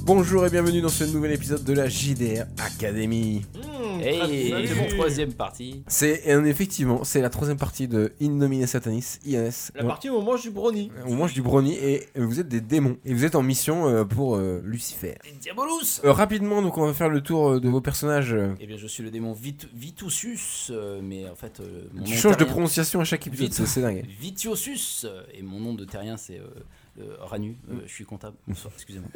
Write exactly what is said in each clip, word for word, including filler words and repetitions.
Bonjour et bienvenue dans ce nouvel épisode de la J D R Academy. Mmh, hey, c'est mon troisième partie. C'est euh, effectivement, c'est la troisième partie de In Nomine Satanis, I N S. La partie où on mange du brownie. On mange du brownie et vous êtes des démons. Et vous êtes en mission euh, pour euh, Lucifer. Diabolus. Euh, rapidement, donc on va faire le tour de vos personnages. Eh bien, je suis le démon Vit- Vitusius, euh, mais en fait, euh, mon Tu nom changes de terrien- prononciation à chaque épisode, Vit- c'est, c'est dingue. Vitiosus, euh, et mon nom de terrien c'est euh, euh, Ranu. Euh, je suis comptable. Bonsoir, excusez-moi.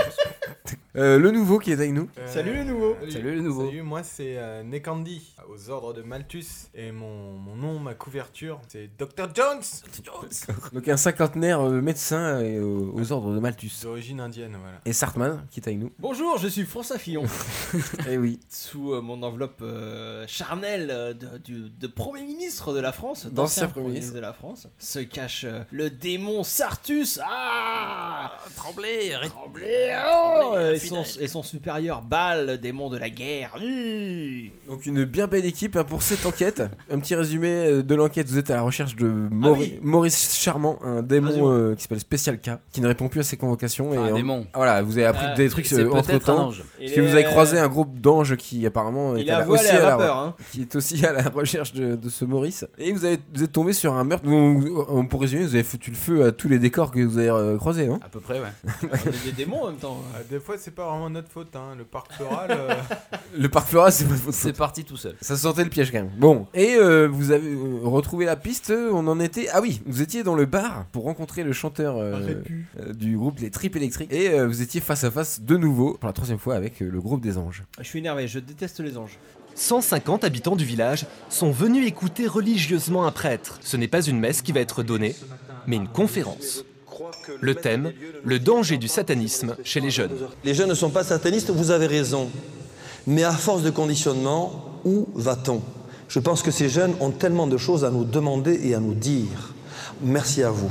Euh, le nouveau qui est avec nous. Euh, Salut le nouveau. Salut le nouveau. Salut, moi c'est euh, Nekandi, aux ordres de Malthus. Et mon, mon nom, ma couverture, c'est docteur Jones, Donc un cinquantenaire euh, médecin et, euh, aux ordres de Malthus. d'origine indienne, voilà. Et Sartman qui est avec nous. Bonjour, je suis François Fillon. Eh oui. Sous euh, mon enveloppe euh, charnelle euh, de, du- de Premier ministre de la France, D'ancien d'ancien Premier Premier ministre de la France, se cache euh, le démon Sartus. Ah, Tremblez, arrête. Tremblez, oh, Tremblez, et, son, et son supérieur Baal, le démon de la guerre. Mmh. Donc une bien belle équipe hein, pour cette enquête. Un petit résumé euh, de l'enquête. Vous êtes à la recherche de Mauri- Ah oui. Maurice Charmant, un Vas-y. démon euh, qui s'appelle Spécial K, qui ne répond plus à ses convocations. Enfin, et un en- démon. Voilà, vous avez appris Ah, des trucs C'est euh, entre peut-être un temps. ange. Parce que vous avez croisé un groupe d'anges qui apparemment Il est a à la- voilé aussi à à la, vapeur. Hein. qui est aussi à la recherche de, de ce Maurice. Et vous, avez, vous êtes tombé sur un meurtre. Dont, pour résumer, vous avez foutu le feu à tous les décors que vous avez euh, croisés. Hein. À peu près, ouais. On est des démons en même temps. Euh, des fois, c'est pas vraiment notre faute, hein. Le parc floral. euh, Le parc Flora, c'est votre faute. C'est parti tout seul. Ça sentait le piège quand même. Bon, et euh, vous avez euh, retrouvé la piste, euh, on en était... Ah oui, vous étiez dans le bar pour rencontrer le chanteur euh, Répu. euh, du groupe Les Tripes Électriques. Et euh, vous étiez face à face de nouveau, pour la troisième fois, avec euh, le groupe des anges. Je suis énervé, je déteste les anges. cent cinquante habitants du village sont venus écouter religieusement un prêtre. Ce n'est pas une messe qui va être donnée, mais une conférence. Le thème, le danger du satanisme chez les jeunes. Les jeunes ne sont pas satanistes, vous avez raison. Mais à force de conditionnement, où va-t-on ? Je pense que ces jeunes ont tellement de choses à nous demander et à nous dire. Merci à vous.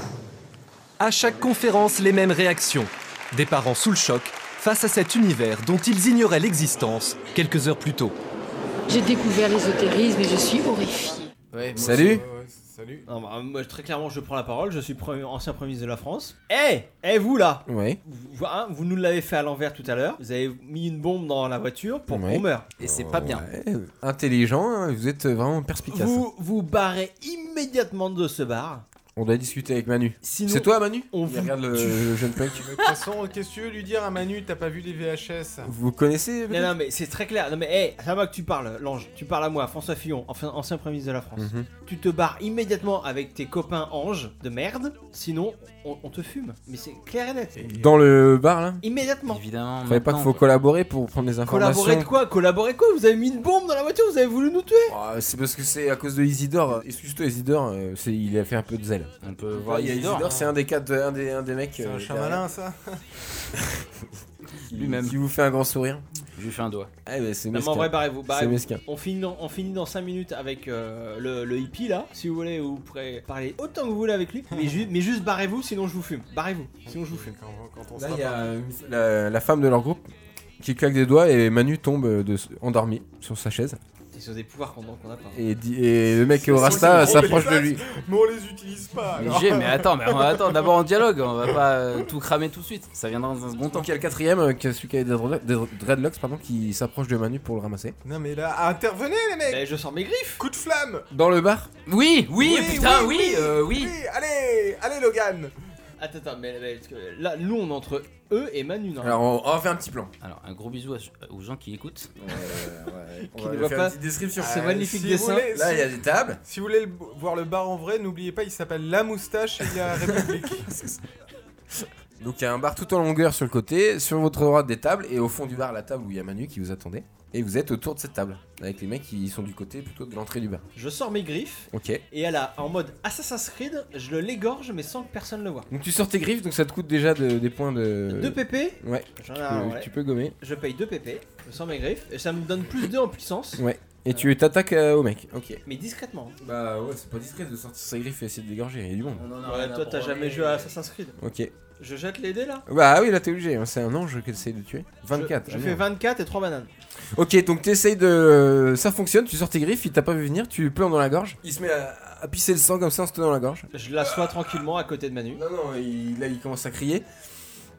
À chaque conférence, les mêmes réactions. Des parents sous le choc face à cet univers dont ils ignoraient l'existence quelques heures plus tôt. J'ai découvert l'ésotérisme et je suis horrifiée. Ouais, moi Salut. ouais, ouais, salut. Non, bah, moi, très clairement, je prends la parole. Je suis premier- ancien Premier ministre de la France. Eh, eh vous là, Ouais. vous, hein, vous nous l'avez fait à l'envers tout à l'heure. Vous avez mis une bombe dans la voiture pour Ouais. qu'on meure. aussi. Et c'est pas bien. Ouais, intelligent, hein, vous êtes vraiment perspicace. Vous vous barrez immédiatement de ce bar. On doit discuter avec Manu. Sinon, C'est toi Manu on Il vous regarde le, tue. le jeune punk. Mais de toute façon, qu'est-ce que tu veux lui dire à Manu? T'as pas vu les V H S? Vous connaissez Non, non, mais c'est très clair. Non, mais hey, c'est à moi que tu parles, l'ange. Tu parles à moi, François Fillon, enfin, ancien Premier ministre de la France. Mhm. Tu te barres immédiatement avec tes copains anges de merde. Sinon, on, on te fume. Mais c'est clair et net. Dans le bar là Immédiatement. Évidemment. Vous savez pas qu'il maintenant, faut collaborer pour prendre des informations. Collaborer de quoi Collaborer quoi Vous avez mis une bombe dans la voiture, vous avez voulu nous tuer. Oh, c'est parce que c'est à cause de Isidore. Excuse-toi Isidore, euh, c'est, il a fait un peu de zèle. On peut voir Il y a Isidore. Isidore, c'est un des quatre, un des, un des mecs. C'est euh, un chamalin, ça? qui- Lui-même. Qui vous fait un grand sourire. Je lui fais un doigt. Ah, mais c'est Non, mais mesquin. en vrai, barrez-vous. C'est barrez-vous. mesquin. On finit, dans, on finit dans cinq minutes avec euh, le, le hippie là, si vous voulez, vous pourrez parler autant que vous voulez avec lui, mais, ju- mais juste barrez-vous, sinon je vous fume. Barrez-vous, sinon je vous fume. Quand, quand on Là, sera il y a pas- euh, la, la femme de leur groupe qui claque des doigts et Manu tombe euh, de, endormi sur sa chaise. C'est sur des pouvoirs qu'on qu'on a pas. Et, dit- et le mec au C'est Rasta sûr, s'approche mais de lui. Mais on les utilise pas. Mais alors. j'ai, mais attends, mais on va attendre d'abord en dialogue. On va pas euh, tout cramer tout de suite. Ça viendra dans un second temps. Donc il y a le quatrième, euh, qui est celui qui a des dreadlocks, des dreadlocks, pardon, qui s'approche de Manu pour le ramasser. Non, mais là, intervenez, les mecs! Mais je sors mes griffes. Coup de flamme! Dans le bar. Oui, oui, Oui, putain, oui, oui, oui, euh, oui. Oui, allez! Allez, Logan! Attends, attends, mais, mais, parce que là, nous on est entre eux et Manu, non Alors on, on va faire un petit plan. Alors, un gros bisou à- aux gens qui écoutent. On Qui va ne lui voit faire pas une petite description. ce Euh, magnifique si dessin. vous voulez- Là il y a des tables. Si vous voulez le- voir le bar en vrai, n'oubliez pas, il s'appelle La Moustache et il y a République. Donc il y a un bar tout en longueur sur le côté, sur votre droite des tables, et au fond du bar la table où il y a Manu qui vous attendait. Et vous êtes autour de cette table, avec les mecs qui sont du côté plutôt de l'entrée du bar. Je sors mes griffes Ok. et elle a en mode Assassin's Creed, je le l'égorge mais sans que personne le voit. Donc tu sors tes griffes, donc ça te coûte déjà de- des points de... deux P P, Ouais, j'en tu ai peux, un, ouais. tu peux gommer. Je paye deux P P, je sors mes griffes et ça me donne plus deux en puissance, Ouais. Et tu t'attaques euh, au mec. Ok. mais discrètement. Bah ouais, c'est pas discret de sortir ses griffes et essayer de dégorger, il y a du monde. Ouais, toi t'as jamais joué à Assassin's Creed. Ok. Je jette les dés là. Bah oui, là t'es obligé, hein, c'est un ange que t'essayes de tuer. vingt-quatre. Je, je ah, fais merde. vingt-quatre et trois bananes. Ok, donc t'essayes de... Ça fonctionne, tu sors tes griffes, il t'a pas vu venir, tu lui plantes dans la gorge. Il se met à, à pisser le sang comme ça en se tenant la gorge. Je l'assois tranquillement à côté de Manu. Non, non, il- là il commence à crier.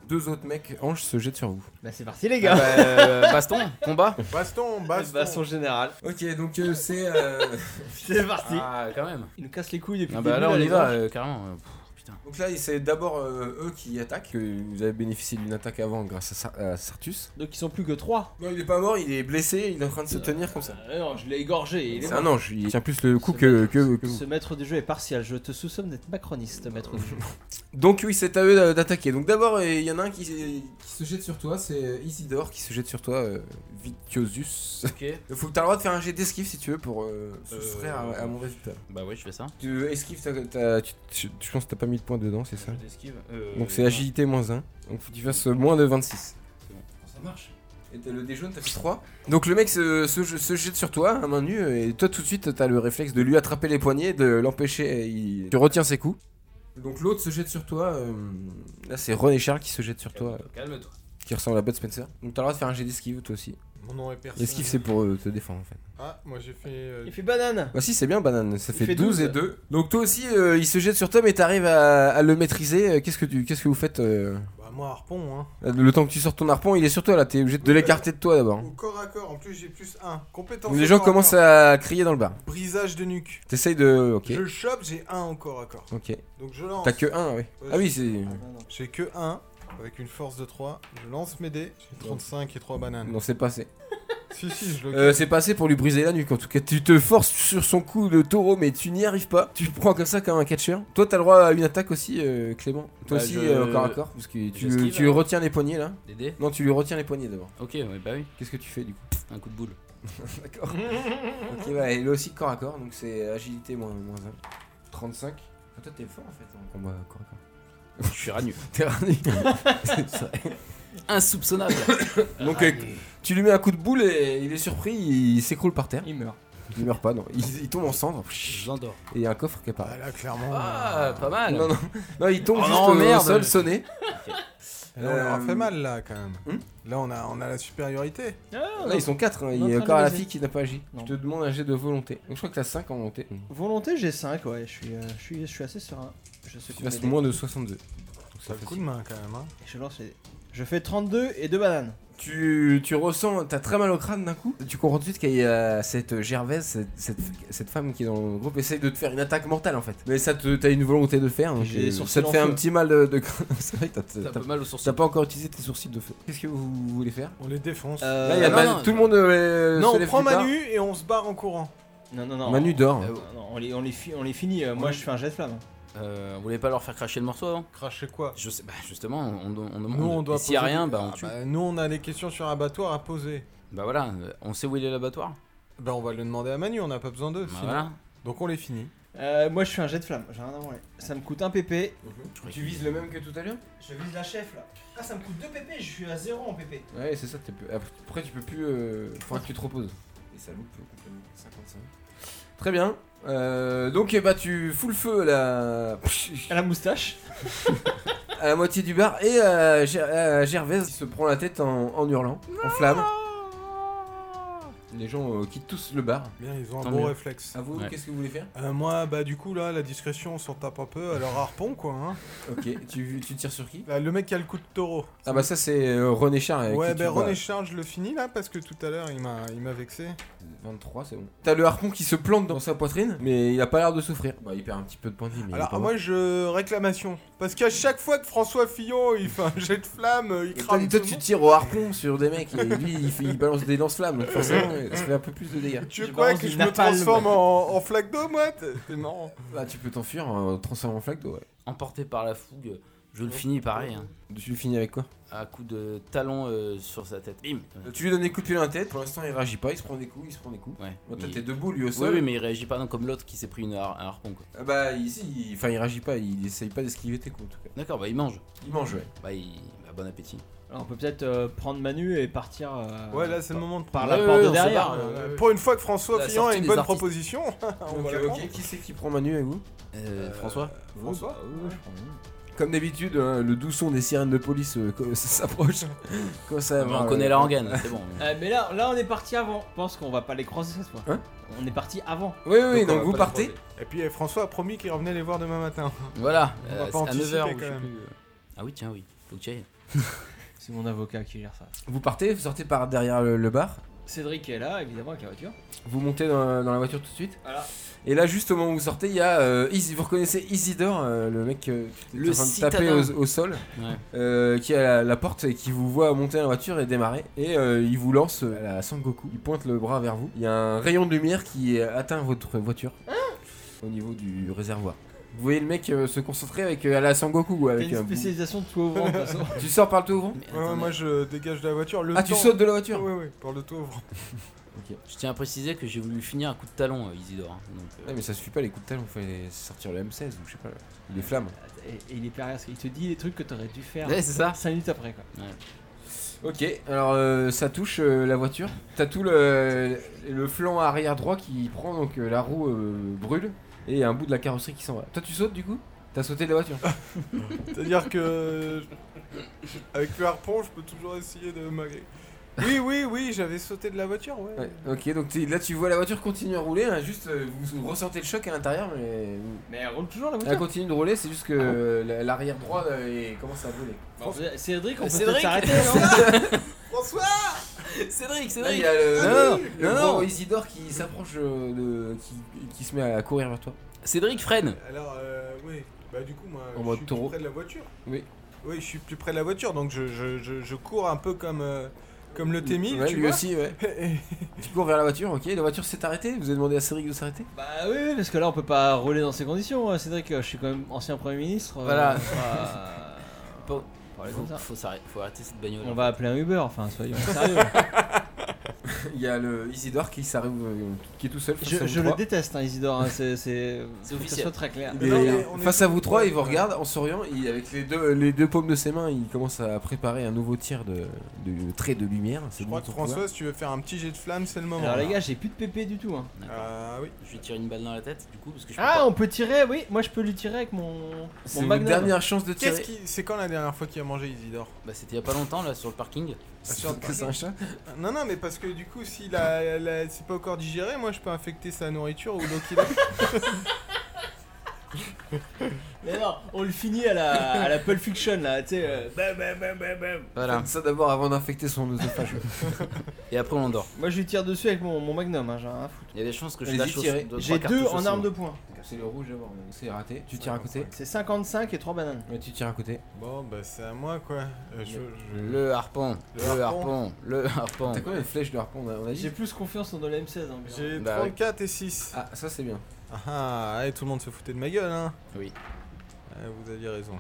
deux autres mecs anges se jettent sur vous. Bah c'est parti les Ah gars. bah, euh, baston, combat. Baston, baston. Baston général. Ok, donc euh, c'est. Euh... C'est parti. Ah, quand même. Il nous casse les couilles depuis Ah le bah début, là, on les y va, anges. euh, carrément. euh, pff, Putain. Donc là, c'est d'abord euh, eux qui attaquent. que Vous avez bénéficié d'une attaque avant grâce à, Sar- à Sartus. Donc ils sont plus que trois. Non, il est pas mort, il est blessé, il est en train de se tenir comme ça. Euh, non, je l'ai égorgé. Il est C'est mort. un ange, il tient plus le coup Ce que, maître- que, que vous. Ce maître du jeu est partial. Je te soupçonne d'être macroniste, maître du jeu. Donc oui, c'est à eux d'a- d'attaquer. Donc d'abord, euh, il y en a un qui, qui se jette sur toi, c'est Isidore qui se jette sur toi, euh, Vitiosus. Ok. Il faut que t'as le droit de faire un jet d'esquive si tu veux pour euh, soustraire à, à mon résultat. Bah ouais, je fais ça. Tu esquives, t'as, t'as- tu, tu- je pense que t'as pas mis de points dedans, c'est ça? Je l'esquive. Euh, Donc c'est agilité moins un. Donc faut que tu fasses euh, moins de vingt-six. C'est bon. Ça marche. Et t'as le dé jaune, t'as fait trois. Donc le mec se, se, se jette sur toi à main nue et toi tout de suite t'as le réflexe de lui attraper les poignets, de l'empêcher, il... tu retiens ses coups. Donc l'autre se jette sur toi, euh, là c'est René Charles qui se jette sur toi, euh, Calme-toi. qui ressemble à Bud Spencer. Donc t'as le droit de faire un jet d'esquive toi aussi. Mon nom est personne. L'esquive c'est pour euh, te défendre en fait. Ah, moi j'ai fait. euh, Il fait banane. Bah si c'est bien banane, ça Il fait, fait douze et douze. deux. Donc toi aussi euh, il se jette sur toi mais t'arrives à, à le maîtriser. Euh, Qu'est-ce que tu, qu'est-ce que vous faites euh, Bah, moi, harpon, hein. le temps que tu sortes ton harpon il est sur toi là, t'es obligé de l'écarter de toi d'abord. Au corps à corps, en plus j'ai plus un. Compétence. Donc au les gens corps à commencent corps. à crier dans le bar. Brisage de nuque. T'essayes de... Ok. Je le chope, j'ai un au corps à corps. Ok. Donc je lance. T'as que un, oui. Ouais, Ah oui, j'ai- c'est... J'ai que un. Avec une force de trois. Je lance mes dés. J'ai trente-cinq et trois bananes. Non, c'est passé. Si, si, je le. Euh, c'est passé pour lui briser la nuque. En tout cas, tu te forces sur son cou de taureau, mais tu n'y arrives pas. Tu le prends comme ça, comme un catcheur. Toi, t'as le droit à une attaque aussi, euh, Clément. Toi Bah, aussi, je- euh, corps à corps. Parce que tu, J'esquive, tu lui alors. retiens les poignets, là. Des dés. Non, tu lui retiens les poignets d'abord. Ok, ouais, bah oui. Qu'est-ce que tu fais, du coup? Un coup de boule. D'accord. Ok, bah, il est aussi corps à corps. Donc c'est agilité moins, moins un. trente-cinq. Ah, toi, t'es fort, en fait, en combat corps à corps. Je suis ranu. T'es ranu. C'est vrai. Insoupçonnable. Donc, euh, tu lui mets un coup de boule et il est surpris, il s'écroule par terre. Il meurt. Il meurt pas, non. Il, il tombe en cendres. J'endors. Et il y a un coffre qui apparaît. Ah là, clairement. Ah, pas mal. Non, non, non, il tombe Oh juste non, au merde. sol, sonné. Là, on leur a Euh, fait mal là quand même. hum Là on a, on a la supériorité. Ah, Là, ils sont quatre. Hein. Il on est y en a train encore de la baiser. fille qui n'a pas agi. Non. Je te demande un jet de volonté. Donc, je crois que t'as cinq en volonté. Volonté, j'ai cinq, ouais. Je suis, euh, je suis, je suis assez serein. Je sais Tu fasses moins de soixante-deux. Ça le coup de main quand même. Hein. Je lance les dés. Je fais trente-deux et deux bananes. Tu, tu ressens, t'as très mal au crâne d'un coup. Tu comprends tout de suite qu'il y a cette Gervaise, cette, cette, cette femme qui est dans le groupe, essaye de te faire une attaque mentale en fait. Mais ça, te- t'as une volonté de faire. Donc J'ai les euh, sourcils ça te en fait un feu. petit mal de, de crâne. C'est vrai que t'as- T'as t'as un peu mal au sourcil. t'as pas encore utilisé tes sourcils de feu. Qu'est-ce que vous voulez faire? On les défonce. Euh, Là, il y a non, Manu- non, tout le monde euh, non, se on lève prend du bar. Manu et on se barre en courant. Non, non, non. Manu dort. Euh, Non, non, on les, on les, fi- on les finit. euh, moi, Ouais. je fais un jet de flamme. Euh, vous voulez pas leur faire cracher le morceau avant? Cracher quoi? Je sais, bah justement, on, on, on demande. Nous on doit Et s'il y a poser- rien, bah on Ah, tue. bah, nous on a les questions sur abattoir à poser. Bah voilà, euh, on sait où il est l'abattoir. Bah on va le demander à Manu, on n'a pas besoin d'eux. Bah sinon. voilà. Donc on les finit. Euh, moi, je fais un jet de flamme. J'ai rien à branler. Ça me coûte un P P. Tu vises le même que tout à l'heure? Je vise la chef là. Ah, ça me coûte deux P P. Je suis à zéro en P P. Ouais, c'est ça. t'es peu- Après, tu peux plus. Euh... Faudra que tu te reposes. Et ça loupe euh, complètement. cinquante-cinq. Très bien. Euh, donc, eh bah, tu fous le feu à la... À la moustache. à la moitié du bar et euh, Ger- euh, Gervaise qui se prend la tête en, en hurlant, en flamme. Les gens euh, quittent tous le bar. Bien, ils ont un Tant bon mieux. réflexe. À vous, Ouais. qu'est-ce que vous voulez faire? Euh, moi, bah du coup là, la discrétion, on s'en tape un peu. Alors harpon quoi. Hein. Ok, tu, tu tires sur qui? Bah, le mec qui a le coup de taureau. Ah bah ça c'est euh, René Char. avec Ouais, qui tu bah vois. René Charles, je le finis là parce que tout à l'heure il m'a, il m'a vexé. vingt-trois, c'est bon. T'as le harpon qui se plante dans sa poitrine, mais il a pas l'air de souffrir. Bah il perd un petit peu de points de vie, mais il est Alors pas moi mort. je réclamation parce qu'à chaque fois que François Fillon il fait un jet de flamme, il Et Toi, crame toi, tout le tu monde. tires au harpon sur des mecs et lui il, fait- il balance des lance-flammes, donc forcément ça fait un peu plus de dégâts. Tu veux Je quoi balance que du je me napalm. transforme en, en flaque d'eau moi? T'es t'es marrant. Bah tu peux t'enfuir en transformant en flaque d'eau, ouais. Emporté par la fougue, je le finis pareil, hein, Tu le finis avec quoi? à coup de talon euh, sur sa tête. Bim. Tu lui donnes des coups de pied dans la tête, pour l'instant il réagit pas, il se prend des coups, il se prend des coups. Ouais. Bon, toi Il- t'es debout lui au Oui, sol. oui, mais il réagit pas non, comme l'autre qui s'est pris une har- un harpon quoi. Ah bah ici, il... enfin il réagit pas, il essaye pas d'esquiver tes coups en tout cas. D'accord, bah il mange. Il mange, ouais. Bah, il... bah bon appétit. Alors, on peut peut-être euh, prendre Manu et partir. euh, Ouais, là c'est le moment de Par Ouais, la porte ouais, de on se derrière. barre, Euh, ouais. Pour une fois que François La Fillon a sortie une des bonne artistes. proposition, on Donc va la euh, prendre. ok, qui c'est qui prend Manu avec vous? Euh, François François Comme d'habitude, hein, le doux son des sirènes de police euh, quand ça s'approche. Quand ça On va, connaît euh, la rengaine, c'est bon. Euh, mais là, là, on est parti avant. Je pense qu'on va pas les croiser cette fois. Hein On est parti avant. Oui, oui, Donc, on donc va vous pas partez. Et puis eh, François a promis qu'il revenait les voir demain matin. Voilà, On va euh, pas c'est à neuf heures anticiper, ou je quand sais même. plus. euh. Ah oui, tiens, oui, faut que tu y ailles. C'est mon avocat qui gère ça. Vous partez, vous sortez par derrière le, le bar. Cédric est là, évidemment, avec la voiture. Vous montez dans, dans la voiture tout de suite. Voilà. Et là, juste au moment où vous sortez, il y a euh, Isi- vous reconnaissez Isidore, euh, le mec euh, qui Le est en train de taper citadin. au, au sol, Ouais. euh, qui est à la, la porte et qui vous voit monter dans la voiture et démarrer. Et euh, il vous lance euh, à la Sangoku. Il pointe le bras vers vous. Il y a un rayon de lumière qui euh, atteint votre voiture au niveau du réservoir. Vous voyez le mec euh, se concentrer avec euh, à la Sangoku. T'as Avec une un bout- spécialisation de tout ouvrant, de toute façon. Tu sors par le tout ouvrant. Mais Ouais, attendez, moi je dégage de la voiture. Le Ah, tu temps- sautes de la voiture. Ouais, ouais, par le toit ouvrant. je tiens à préciser que j'ai voulu finir un coup de talon, euh, Isidore. hein, Donc, euh, Ouais, mais ça suffit pas les coups de talon, faut aller sortir le M seize ou je sais pas, les flammes. Et, et il est pervers, parce qu'il te dit les trucs que t'aurais dû faire Ouais, c'est ça. cinq minutes après, quoi. Ok, alors euh, ça touche euh, la voiture. T'as tout le, le flanc arrière droit qui prend, donc euh, la roue euh, brûle et un bout de la carrosserie qui s'en va. Toi tu sautes du coup? T'as sauté de la voiture? C'est-à-dire que. Avec le harpon, je peux toujours essayer de m'agré. Oui, oui, oui, j'avais sauté de la voiture, ouais. Ouais, ok, donc t'es- là tu vois la voiture continuer à rouler, hein, juste euh, vous, vous ressentez le choc à l'intérieur, mais Mais elle roule toujours la elle voiture. continue de rouler, c'est juste que euh, la- l'arrière droit euh, est- commence à brûler. Bon, Cédric, on peut Cédric. peut-être s'arrêter, non? François Cédric, Là, il y Cédric a le, Non, non, le non, gros non. Isidore qui s'approche euh, de. Qui, qui se met à courir vers toi. Cédric freine. Alors, euh, oui. Bah, du coup, moi, En je mode suis taureau. plus près de la voiture. Oui. Oui, je suis plus près de la voiture, donc je, je, je, je cours un peu comme, euh, comme le T mille, Ouais, tu lui vois. aussi, ouais. Tu cours vers la voiture, ok, la voiture s'est arrêtée, vous avez demandé à Cédric de s'arrêter? Bah oui, oui, parce que là on peut pas rouler dans ces conditions, euh, Cédric. euh, Je suis quand même ancien Premier ministre. euh, Voilà. on va- Faut, parler faut, comme ça. faut s'arrêter- faut arrêter cette bagnole. On va appeler un Uber, enfin soyons sérieux. Il y a le Isidore qui s'arrive, euh, qui est tout seul face à Je, vous je le trois. déteste, hein, Isidore, hein, c'est c'est C'est faut que ça officiel. soit très clair. Il est- Non, mais on est face à tous- vous trois, ouais, il vous ouais. regarde en souriant, il, avec les deux, les deux paumes de ses mains, il commence à préparer un nouveau tir de, de trait de lumière. C'est Je crois bon que pour toi. François, si tu veux faire un petit jet de flamme, c'est le moment. Alors les là. gars, j'ai plus de P P du tout. Hein. D'accord. Ah oui. Je lui tire une balle dans la tête, du coup, parce que je peux Ah, pas. on peut tirer, oui, moi je peux lui tirer avec mon, C'est mon votre magnum. dernière chance de Qu'est-ce tirer. qui... C'est quand la dernière fois qu'il a mangé Isidore? Bah, c'était il y a pas longtemps, là, sur le parking. Ah, sur le Que c'est un chat. Non, non, mais parce que du coup, s'il a, la- c'est pas encore digéré, moi je peux infecter sa nourriture ou l'eau qu'il a. Mais non, on le finit à la, à la Pulp Fiction là, tu sais. euh, bam, bam, bam, bam, bam. Voilà. Faites ça d'abord avant d'infecter son œsophage. Et après, on l'endort. Moi je lui tire dessus avec mon, mon magnum, hein, j'ai rien à foutre. Il y a des chances que je Allez-y, lâche au- tirez. deux, J'ai trois deux cartouches en aussi, arme moi. de poing. C'est le rouge d'abord, donc c'est raté. Tu tires à côté. C'est cinquante-cinq et trois bananes. Ouais, tu tires à côté. Bon, bah c'est à moi quoi. Euh, je, je- Le harpon, Le le harpon. harpon, le harpon. T'as combien de flèches de harpon on a, on a dit? J'ai plus confiance dans le M seize. Hein, J'ai Bah trente-quatre et six. Ah, ça c'est bien. Ah ah, ouais, tout le monde se foutait de ma gueule, hein. Oui. Ouais, vous aviez raison.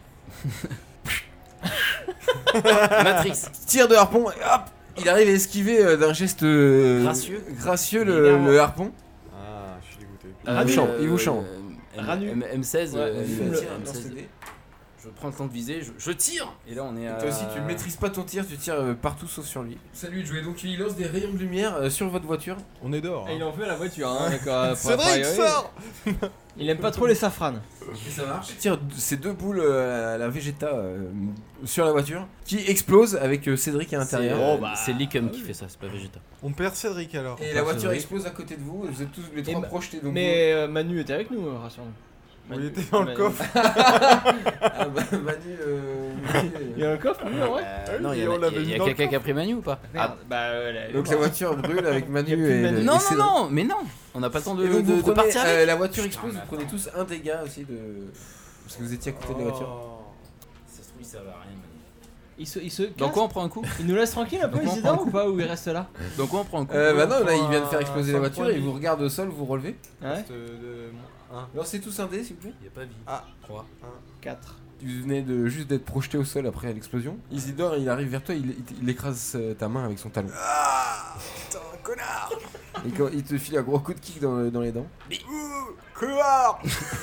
Matrix. Tire de harpon et hop, il arrive à esquiver euh, d'un geste euh, Gracieux. gracieux Il est le, énervant. le harpon. Ah, je suis dégoûté. Il vous chante, il vous chante. M- Ranu. M- M16, Ouais, euh, fume M- le- M seize. Je prends le temps de viser, je, je tire. Et là, on est à. Toi aussi, tu ne maîtrises pas ton tir, tu tires euh, partout sauf sur lui. Salut de jouer, donc il lance des rayons de lumière euh, sur votre voiture. On est dehors. Et hein. il en veut à la voiture, hein, d'accord. pour- Cédric, pour- sors. Il aime pas trop les safranes. Et ça marche. Il tire d- ces deux boules euh, à la Vegeta euh, sur la voiture qui explose avec euh, Cédric à C'est l'intérieur. euh, Oh, bah, c'est Licum qui fait ça, c'est pas Vegeta. On perd Cédric alors. Et la voiture explose à côté de vous, vous êtes tous les trois ma- projetés. Donc Mais euh, Manu était avec nous, euh, rassure-nous. Il Manu- était dans le Manu- coffre. vous- Ah bah Manu, euh, Manu, euh, Il y a un coffre, Manu, en vrai Euh, non, il y et a, on il y l'avait a- il y mis a dans le quelqu'un qui a pris Manu ou pas? Merde, bah euh, la- Donc la voiture brûle avec Manu Y a plus de et, Manu. et Non, non, Cédric. non, mais non. On n'a pas le temps de, Et donc de- vous de prenez, partir avec. euh, la voiture explose, Putain, vous prenez tous un dégât aussi de... Parce que vous étiez à côté de la voiture. Oh. Ça se trouve, il servait à rien. Manu. Il se, il se Dans casse. quoi on prend un coup? Il nous laisse tranquille un peu, Donc, on Isidore, prend un ou pas? Ou il reste là? Dans quoi on prend un coup? Euh, bah non, là il prend vient de faire un exploser la cinq voiture, points de il vous vie. regarde au sol, vous relevez. Ouais. Reste, euh, de- un. Lancez tous un dé s'il vous plaît. Il n'y a pas vie. Ah. trois. quatre. Tu venais de juste d'être projeté au sol après l'explosion. Isidore il arrive vers toi, il, il- il écrase euh, ta main avec son talon. Ah putain, connard. Et quand il te file un gros coup de kick dans, dans les dents. Ouh, couloir.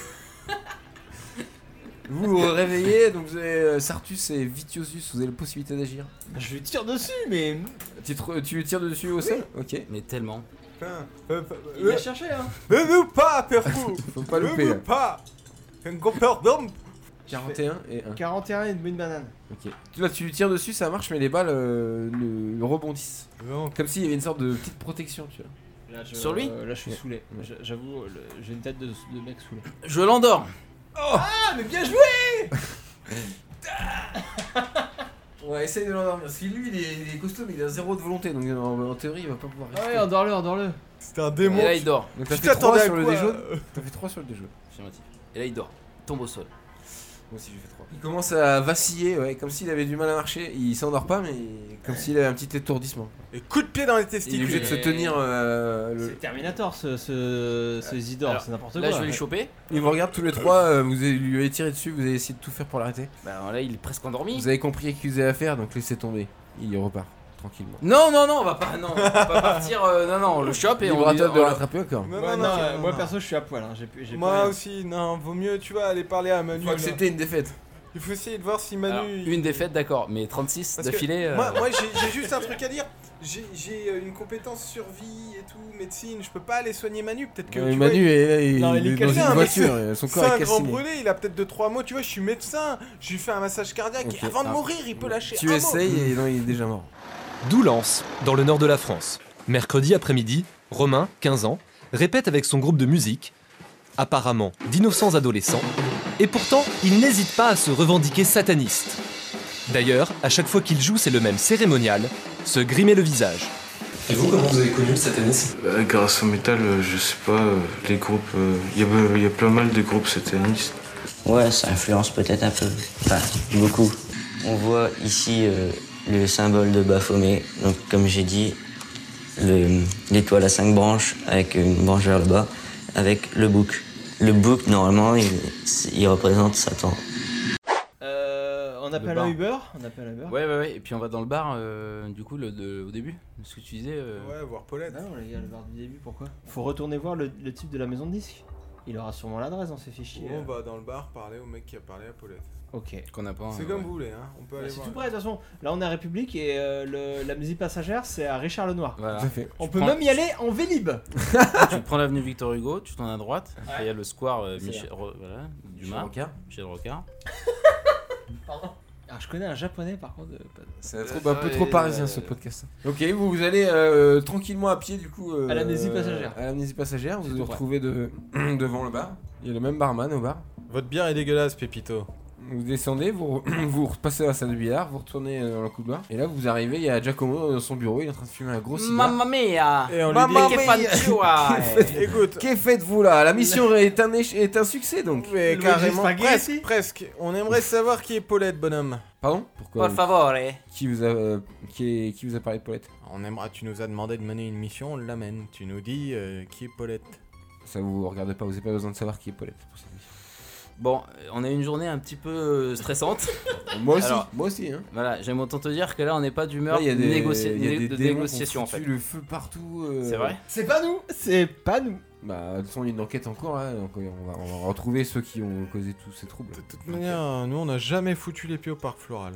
Vous vous réveillez, donc vous avez euh, Sartus et Vitiosus, vous avez la possibilité d'agir. Je lui tire dessus, mais. Tu, te- tu tires dessus au sol. Ok. Mais tellement. Putain, euh, Il euh, a cherché, hein. euh, veux pas, Perfou. Faut pas louper Veux là. pas. Un gros perdant. quarante et un et un. quarante et un et une banane. Ok. Là tu tires dessus, ça marche, mais les balles euh, le, le rebondissent. Non. Comme s'il y avait une sorte de petite protection, tu vois. Là, je- Sur lui euh, Là, je suis Ouais. saoulé. J'- J'avoue, le- j'ai une tête de, de mec saoulé. Je l'endors. Ah, mais bien joué. Ouais, essaye de l'endormir. Parce que lui, il est, il est costaud, mais il a zéro de volonté. Donc en, en théorie, il va pas pouvoir Ah rester. ouais, endors-le, endors-le. C'était un démon. Et là, il dort. Donc t'as Tu fait t'attendais trois à sur le quoi déjaune. T'as fait trois sur le déjaune. Affirmatif. Et là, il dort. Il tombe au sol. Moi aussi, j'ai fait trois. Il commence à vaciller, ouais, comme s'il avait du mal à marcher. Il s'endort pas, mais comme s'il avait un petit étourdissement. Et coup de pied dans les Il est testicules. obligé de se tenir. Euh, le... C'est Terminator ce, ce, ce Isidore, Alors, c'est n'importe Là, quoi. je vais lui choper. Il vous regarde tous les trois, euh, vous avez- lui avez tiré dessus, vous avez essayé de tout faire pour l'arrêter. Bah, alors là, il est presque endormi. Vous avez compris ce qu'il vous avez à faire, donc laissez tomber. Il repart, tranquillement. Non, non, non, on va pas, non, on va pas partir. euh, non, non, on le chope et on. Libre à toi de on- le rattraper encore. Non, Ouais, non, non, non, euh, non, moi non. perso je suis à poil, hein. j'ai plus- j'ai plus Moi rien. aussi, non, vaut mieux, tu vois, aller parler à Manu. Faut là. accepter une défaite. Il faut essayer de voir si Manu. Alors, il- une défaite, d'accord, mais trente-six Parce que d'affilée. euh, Moi, moi j'ai j'ai juste un truc à dire. J'ai j'ai, euh, une compétence survie et tout, médecine. Je peux pas aller soigner Manu. Peut-être que. Euh, tu Manu vois, est, il, Non, il il est est dans cassé, une hein, mais voiture, c'est- et son c'est corps est un grand calciné. brûlé. Il a peut-être deux trois mots. Tu vois, je suis médecin. Je lui fais un massage cardiaque. Ok. Et avant de Ah. mourir, il peut lâcher Tu un mot. essayes et non, il est déjà mort. Doullens, dans le nord de la France. Mercredi après-midi, Romain, quinze ans, répète avec son groupe de musique, apparemment d'innocents adolescents, et pourtant il n'hésite pas à se revendiquer sataniste. D'ailleurs, à chaque fois qu'il joue, c'est le même cérémonial, se grimer le visage. Et vous, comment vous avez connu le satanisme? Euh, grâce au métal, euh, je sais pas, euh, les groupes. Il y, a, y a plein mal de groupes satanistes. Ouais, ça influence peut-être un peu. Enfin, beaucoup. On voit ici euh, le symbole de Baphomet. Donc, comme j'ai dit, le- l'étoile à cinq branches avec une branche vers le bas, avec le bouc. Le bouc, normalement, il, il représente Satan. Euh, on appelle bar. un Uber On appelle un Uber Ouais, ouais, ouais, et puis on va dans le bar, euh, du coup, le, de- au début, ce que tu disais. euh, Ouais, voir Paulette. Ah non les gars, le bar du début, pourquoi Faut retourner voir le, le type de la maison de disques. Il aura sûrement l'adresse dans ses fichiers. On va dans le bar parler au mec qui a parlé à Paulette. Ok. Qu'on n'a pas. C'est euh, comme ouais. vous voulez, hein. On peut Bah, aller c'est voir. tout près de toute façon. Là on est à République et euh, le- la musique passagère c'est à Richard Lenoir. Voilà. Tout à fait. On Tu peut prends- même y aller en Vélib. Tu prends l'avenue Victor Hugo, tu tournes à droite, après il y a le square euh, C'est Michel, Ro- voilà, Dumas, Michel Rocard. Michel Rocard. Pardon. Alors je connais un japonais par contre. euh, pas- C'est un, Euh, trop- un peu ouais, trop parisien euh, ce podcast. Ok, vous, vous allez euh, tranquillement à pied du coup. euh, À l'amnésie passagère. À l'amnésie passagère, vous C'est vous tout vous près. retrouvez de, devant le bar. Il y a le même barman au bar. Votre bière est dégueulasse, Pépito. Vous descendez, vous, vous repassez à la salle de billard, vous retournez euh, dans le couloir. Et là, vous arrivez, il y a Giacomo dans son bureau, il est en train de fumer un gros cigare. Mamma mia! Et on Mamma lui dit. mia. Écoute. Que faites-vous là? La mission est un, éche- est un succès donc. Mais Le carrément, Luigi presque, Spaghetti. presque. On aimerait savoir qui est Paulette, bonhomme. Pardon? Pourquoi? Por favore! Qui vous a, euh, qui, est- qui vous a parlé de Paulette? On aimerait, tu nous as demandé de mener une mission, on l'amène. Tu nous dis euh, qui est Paulette. Ça vous regarde pas, vous avez pas besoin de savoir qui est Paulette pour cette mission. Bon, on a eu une journée un petit peu euh, stressante. Moi aussi, Alors, moi aussi. Hein. Voilà, j'aime autant te dire que là on n'est pas d'humeur Là, il y a des, négoci- il y a né- des de démons négociation en qui ont fait. foutu le feu partout. euh, C'est vrai? C'est pas nous. C'est pas nous. Bah, de toute façon, il y a une enquête en cours là, donc on va, on va retrouver ceux qui ont causé tous ces troubles. De toute manière, nous on n'a jamais foutu les pieds au parc floral.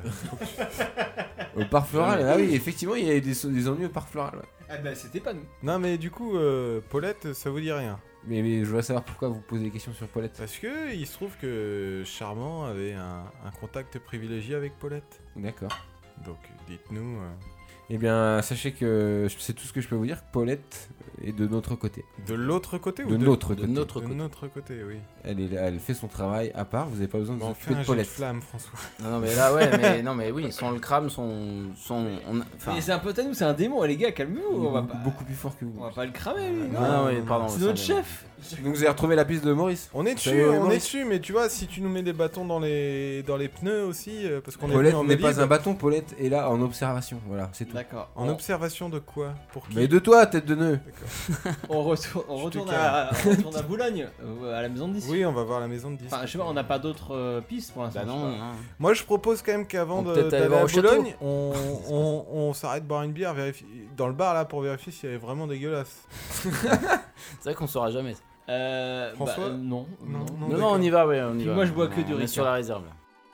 Au parc floral, ah oui, effectivement, il y a eu des, des ennuis au parc floral. Ouais. Ah bah c'était pas nous. Non mais du coup, euh, Paulette, ça vous dit rien. Mais, mais je voudrais savoir pourquoi vous posez des questions sur Paulette. Parce que il se trouve que Charmant avait un, un contact privilégié avec Paulette. D'accord. Donc dites-nous. euh, Eh bien, sachez que c'est tout ce que je peux vous dire. Paulette est de notre côté. de l'autre côté ou De notre De côté. notre de côté. notre côté, oui. Elle, est, elle fait son travail à part, vous avez pas besoin de Bon, vous on fait occuper un de jet de Paulette. flamme, François. Non, non, mais là, ouais, mais non, mais oui, son le crame, son. son on- enfin, Mais c'est un pote à nous, c'est un démon, les gars, calmez-vous. Il est On va beaucoup, pas. beaucoup plus fort que vous. On va pas le cramer lui. non, non, oui, pardon. C'est ça, notre mais- chef. Donc vous avez retrouvé la piste de Maurice. On est Ça dessus, y est, on est Maurice. dessus, mais tu vois, si tu nous mets des bâtons dans les dans les pneus aussi, euh, parce qu'on est Paulette venu en n'est pas Vélib. un bâton, Paulette est là en observation. Voilà, c'est tout. D'accord. En On- observation de quoi? Pour qui? Mais de toi, tête de nœud. On retourne, on Je te retourne, calme. à, on retourne à Boulogne, euh, à la maison de disques. Oui, on va voir la maison de disques. Enfin, je sais pas, on n'a pas d'autres euh, pistes pour l'instant. Bah je sais non, pas. non. Moi, je propose quand même qu'avant On de- peut peut-être aller d'aller voir à au château. Boulogne, on, on, on s'arrête boire une bière, vérifier dans le bar là pour vérifier si elle est vraiment dégueulasse. C'est vrai qu'on saura jamais. Euh, François bah, euh, non. Non, non. non. Non, non, on y va, ouais, on y Puis va. moi, je bois que du On est Ricard. sur la réserve là.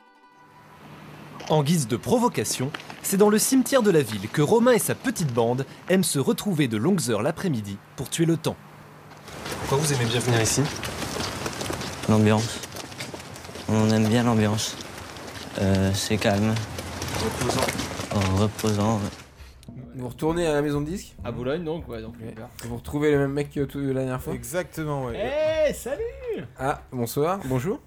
En guise de provocation, c'est dans le cimetière de la ville que Romain et sa petite bande aiment se retrouver de longues heures l'après-midi pour tuer le temps. Pourquoi vous aimez bien venir ici? L'ambiance. On aime bien l'ambiance. Euh, c'est calme. Reposant. Oh, reposant. ouais. Vous retournez à la maison de disques. À Boulogne donc, ouais, donc. Ouais. Vous retrouvez le même mec que tout- la dernière fois. Exactement, ouais. Eh, salut. Ah, bonsoir, bonjour. Ah,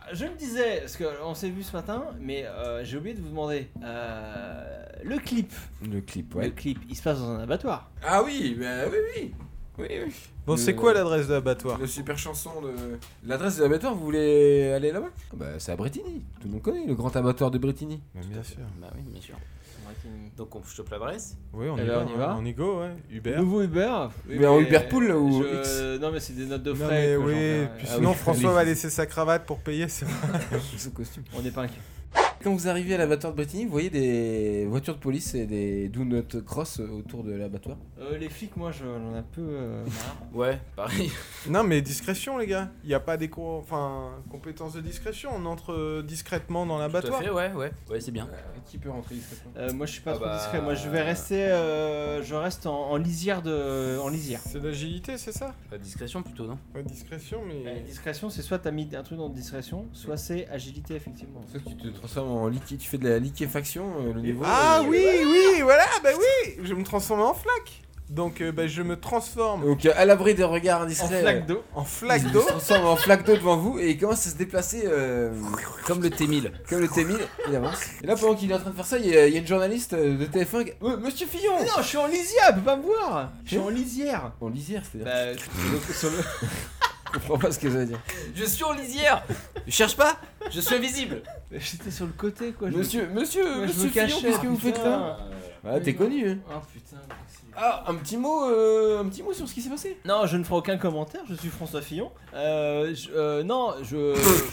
je me disais, parce qu'on s'est vu ce matin, mais euh, j'ai oublié de vous demander. Euh, le clip. Le clip, Le ouais. clip, il se passe dans un abattoir. Ah oui, bah oui, oui. Oui, oui. Bon, Le- c'est quoi l'adresse de l'abattoir? La super chanson de. L'adresse de l'abattoir, vous voulez aller là-bas? Bah, c'est à Bretigny. Tout le monde connaît le grand abattoir de Bretigny. Mais bien sûr. Bah oui, bien sûr. Donc on chope l'adresse. Oui, on Eh y ben, va. on y va. On y go, ouais. Uber. Nouveau Uber. Mais en Uber Pool ou je- X? Non, mais c'est des notes de Non, frais. mais quoi, oui, genre, puis ah sinon oui. François va laisser sa cravate pour payer. C'est vrai. Ce costume. On n'est pas inquiet. Quand vous arrivez à l'abattoir de Bretigny, vous voyez des voitures de police et des do not cross autour de l'abattoir. Euh, les flics, moi, j'en ai un peu euh, marre. Ouais, pareil. Non, mais discrétion, les gars. Il n'y a pas des cours, enfin, compétences de discrétion. On entre euh, discrètement dans Tout à l'abattoir. fait, ouais, ouais. Ouais, c'est bien. Euh, qui peut rentrer discrètement? Euh, moi, je suis pas Ah trop bah, discret. Moi, je vais rester. euh, je reste en, en lisière de. En lisière. C'est l'agilité, c'est ça? Pas discrétion plutôt, non? Ouais, discrétion, Euh, mais. discrétion, c'est soit t'as mis un truc dans discrétion, soit c'est agilité, effectivement. Sauf que tu te transformes en liquide, tu fais de la liquéfaction, euh, le niveau. Ah euh, oui, oui, voilà, bah oui. Je me transforme en flaque. Donc, euh, bah, je me transforme Donc à l'abri des regards En indiscrets. flaque d'eau. en flaque Il d'eau. se transforme en flaque d'eau devant vous et il commence à se déplacer euh, Comme le T mille. comme le T mille, il avance. Et là pendant qu'il est en train de faire ça, il y a, il y a une journaliste euh, de T F un qui... Euh, Monsieur Fillon. Mais non, je suis en lisière, elle peut pas me voir. Je suis en lisière. En lisière, c'est-à-dire. Bah, donc, sur le. Je comprends pas ce que ça veut dire. Je suis en lisière. Je cherche pas. Je suis invisible. J'étais sur le côté, quoi. je Monsieur, monsieur, me... Ouais, je monsieur me Fillon, cachais. qu'est-ce que vous faites là? Ah, t'es connu, hein. Oh putain, merci. Ah, un petit mot, euh, un petit mot sur ce qui s'est passé. Non, je ne ferai aucun commentaire, je suis François Fillon. Euh, je- euh, non, je.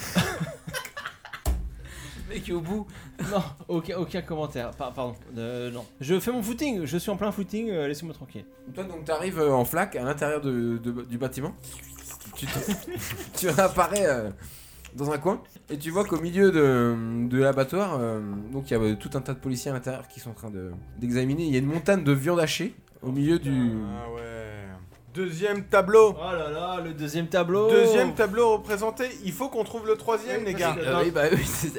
Le mec est au bout. non, aucun, aucun commentaire. Pa- pardon, euh, non. Je fais mon footing, je suis en plein footing, euh, laissez-moi tranquille. Toi, donc, t'arrives euh, en flaque à l'intérieur de, de- du bâtiment. Tu, te- tu apparais euh, dans un coin et tu vois qu'au milieu de, de l'abattoir, euh, donc il y a euh, tout un tas de policiers à l'intérieur qui sont en train de- d'examiner. Il y a une montagne de viande hachée au milieu du. Ah ouais. Deuxième tableau. Oh là là, le deuxième tableau. Deuxième tableau représenté. Il faut qu'on trouve le troisième, Oui, les parce gars. que- Euh, oui, bah oui,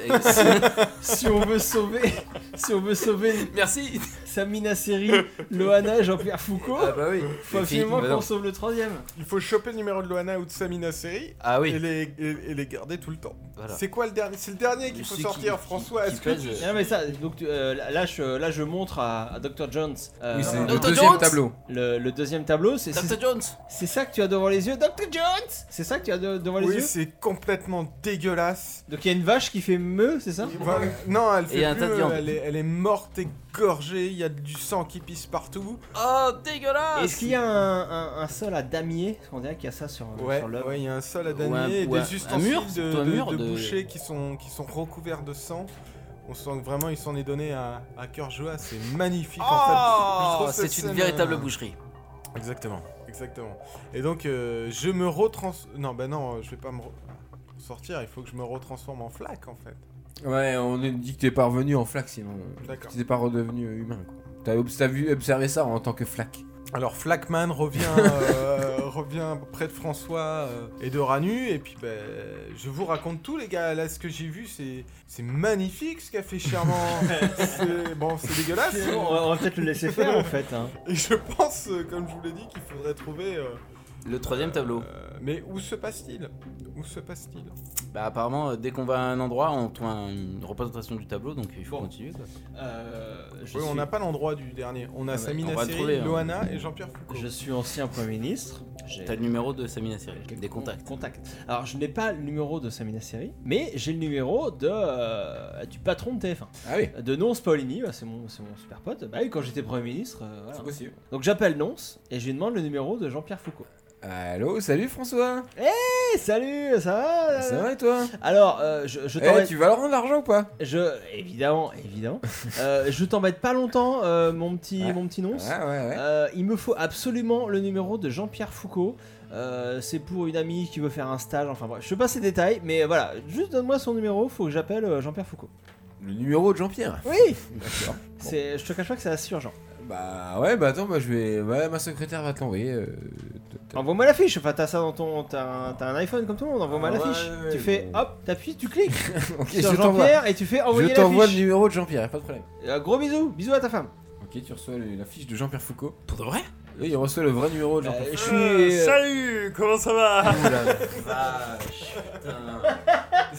c'est. Si on veut sauver, si on veut sauver Merci. Samina Seri, Loana, Jean-Pierre Foucault, Ah bah oui. faut Les absolument filles, bah qu'on non. sauve le troisième. Il faut choper le numéro de Loana ou de Samina Seri Ah et, oui. les, et, et les garder tout le temps. Voilà. C'est quoi le dernier? C'est le dernier qu'il faut Celui sortir, qui- François. qui Est-ce que pèse, tu... euh, Non mais ça, donc tu- euh, là, je, là je montre à, à docteur Jones euh, Oui, c'est le Docteur deuxième Jones tableau. le, le deuxième tableau, c'est c'est- docteur Jones. c'est ça que tu as devant les yeux, docteur Jones. C'est ça que tu as de- devant les Oui, yeux. c'est complètement dégueulasse. Donc il y a une vache qui fait meu, c'est ça? Voilà. Non, elle Et fait un plus, tas de viande. elle est, elle est morte, égorgée, il y a du sang qui pisse partout. Oh, dégueulasse. Est-ce qu'il y a un, un- un sol à damier? Parce qu'on dirait qu'il y a ça sur, Ouais, sur l'œuvre. ouais, il y a un sol à Ou un- damier et ou un- des un ustensiles mur, de, c'est plutôt un de- mur de de- boucher qui sont, qui sont recouverts de sang. On sent que vraiment il s'en est donné à, à cœur joie, c'est magnifique en fait. Je Oh, trouve cette c'est une scène, véritable euh, boucherie. Exactement, exactement. Et donc euh, je me retrans... Non, bah non, je vais pas me re- sortir, il faut que je me retransforme en flaque en fait. Ouais, on a dit que t'es pas revenu en flaque sinon. euh, D'accord. Tu t'es pas redevenu humain quoi. T'as obs- t'as vu observé ça en tant que flaque. Alors Flackman revient, euh, revient près de François euh, et de Ranu, et puis ben, je vous raconte tout les gars, là ce que j'ai vu c'est c'est magnifique ce qu'a fait Charmant. C'est- bon c'est dégueulasse, On va, on va peut-être le laisser faire en fait. Hein. et je pense, euh, comme je vous l'ai dit, qu'il faudrait trouver... euh, Le troisième tableau. euh, mais où se passe-t-il? Où se passe-t-il? Bah apparemment, euh, dès qu'on va à un endroit, on trouve un- une représentation du tableau, donc il faut Bon. continuer quoi. Euh, je Oui, on suis- n'a pas l'endroit du dernier, on a Ah bah, Samina on va le Seri, trouver, hein. Loana et Jean-Pierre Foucault. Je suis ancien Premier ministre. J'ai T'as le numéro de Samina Seri, des con- contacts. contacts. Alors, je n'ai pas le numéro de Samina Seri, mais j'ai le numéro de, euh, du patron de T F un. Ah oui. De Nonce Paolini, bah, c'est mon, c'est mon super pote. Bah oui, quand j'étais Premier ministre. euh, voilà. C'est possible. Donc j'appelle Nonce et je lui demande le numéro de Jean-Pierre Foucault. Allô, salut François. Hey, salut, ça va Ça va et toi? Alors, euh, je, je Eh, t'embête. tu vas leur rendre l'argent ou pas? Je, évidemment, évidemment. Euh, je t'embête pas longtemps, euh, mon petit, Ouais. mon petit Nonce. Ouais, ouais, ouais. Euh, il me faut absolument le numéro de Jean-Pierre Foucault. Euh, c'est pour une amie qui veut faire un stage. Enfin bref, je sais pas ces détails, mais voilà, juste donne-moi son numéro. Faut que j'appelle euh, Jean-Pierre Foucault. Le numéro de Jean-Pierre. Oui. D'accord. C'est, je te cache pas que c'est assez urgent. Bah ouais, bah attends, bah je vais. Ouais, ma secrétaire va te l'envoyer. euh, t- t- Envoie-moi la fiche. Enfin, t'as ça dans ton, t'as un, t'as un iPhone comme tout le monde. Envoie-moi Ah la ouais, fiche. ouais, tu ouais, fais, bon. hop, t'appuies, tu cliques Ok, sur je t'envoie. Jean-Pierre et tu fais envoyer Je la t'envoie le fiche. numéro de Jean-Pierre, y a pas de problème. Euh, gros bisous, bisous à ta femme. Ok, tu reçois le- la fiche de Jean-Pierre Foucault. Pour de vrai? Oui, il reçoit le vrai numéro de Euh, Jean-Pierre je Foucault. suis. euh, Salut, comment ça va? Ouh la vache, putain.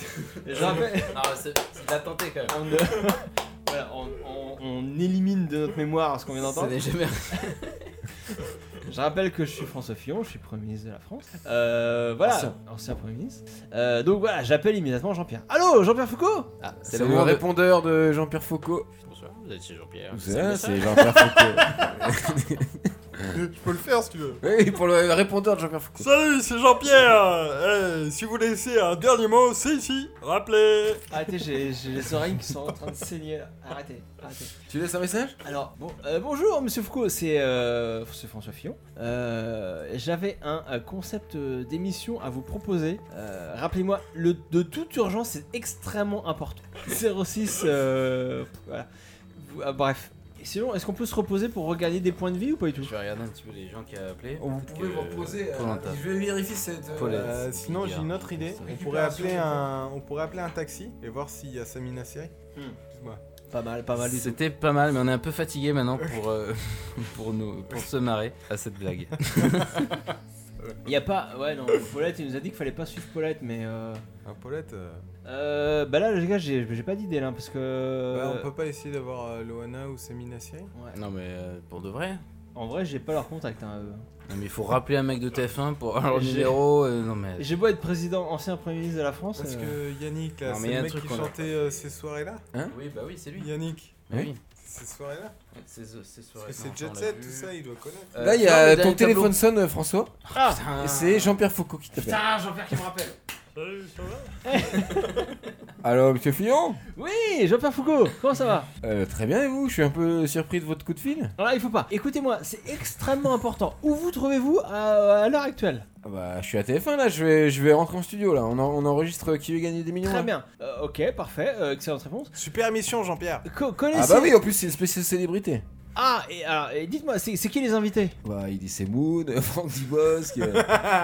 Je rappelle. Non, c'est c'est de la tenter quand même. On, ne- voilà, on, on- on élimine de notre mémoire ce qu'on vient Ça d'entendre. n'est jamais. Je rappelle que je suis François Fillon, je suis Premier ministre de la France. Euh, voilà, Ancien. ancien Premier ministre. Euh, donc voilà, j'appelle immédiatement Jean-Pierre. Allô, Jean-Pierre Foucault? Ah, C'est c'est le le moment de. répondeur de Jean-Pierre Foucault. Bonsoir, vous êtes chez Jean-Pierre. C'est le ça, message. c'est Jean-Pierre Foucault. Je peux le faire si tu veux. Oui, pour le répondeur de Jean-Pierre Foucault. Salut, c'est Jean-Pierre. Eh, si vous laissez un dernier mot, c'est ici. Rappelez. Arrêtez, j'ai j'ai les oreilles qui sont en train de saigner là. Arrêtez, arrêtez. Tu laisses un message? Alors, bon, euh, bonjour Monsieur Foucault, c'est euh, c'est François Fillon. Euh, J'avais un, un concept euh, d'émission à vous proposer. Euh, Rappelez-moi, le de toute urgence, c'est extrêmement important. zéro six, euh, voilà. Vous- ah, bref. Et sinon, est-ce qu'on peut se reposer pour regagner des points de vie ou pas du tout? Je vais regarder un petit peu les gens qui a appelé. Vous pouvez vous reposer. euh, Koh-Lanta. Je vais vérifier cette. euh, Paulette. Euh, sinon, j'ai une autre idée. On pourrait, appeler un, on pourrait appeler un taxi et voir s'il y a Samina Seri. Hmm. Excuse-moi. Pas mal, pas mal du tout. C'était pas mal, mais on est un peu fatigué maintenant pour, euh, pour, nous, pour se marrer à cette blague. Il y a pas, ouais non, Paulette, il nous a dit qu'il fallait pas suivre Paulette, mais euh, Un Paulette. euh, euh, bah là les gars, j'ai j'ai pas d'idée là parce que. bah, on peut pas essayer d'avoir euh, Loana ou Samina Seri. Ouais. Non, mais euh, pour de vrai. En vrai, j'ai pas leur contact. Hein, eux. Non, mais il faut rappeler un mec de T F un pour avoir le J'ai- numéro. euh, non, mais. J'ai beau être président, ancien premier ministre de la France. Parce euh, que Yannick, là, Non, mais c'est il y a le un mec truc qui qu'on a- chantait euh, ces soirées-là. Oui, bah oui, c'est lui. Yannick, Oui. ces soirées-là. C'est c'est Parce que c'est Jet Set, tout ça, il doit connaître. Euh, Là, il y non, le a ton dernier téléphone tableau. sonne, euh, François. Ah Et c'est Jean-Pierre Foucault qui t'appelle. Putain, Jean-Pierre qui me rappelle. Salut, ça va? Alors, monsieur Fillon? Oui, Jean-Pierre Foucault, comment ça va? Euh, Très bien, et vous? Je suis un peu surpris de votre coup de fil. Alors il faut pas. Écoutez-moi, c'est extrêmement important. Où vous trouvez-vous à, à l'heure actuelle? Ah bah, je suis à T F un là, je vais, je vais rentrer en studio là. On, en- on enregistre Qui veut gagner des millions. Très là. bien. Euh, ok, parfait. euh, excellente réponse. Super émission, Jean-Pierre. Co- connaissez... Ah bah oui, en plus, c'est une spéciale célébrité. Ah, et alors, et dites-moi, c'est c'est qui les invités? Bah, il dit c'est Moon, Franck Dubosc, euh,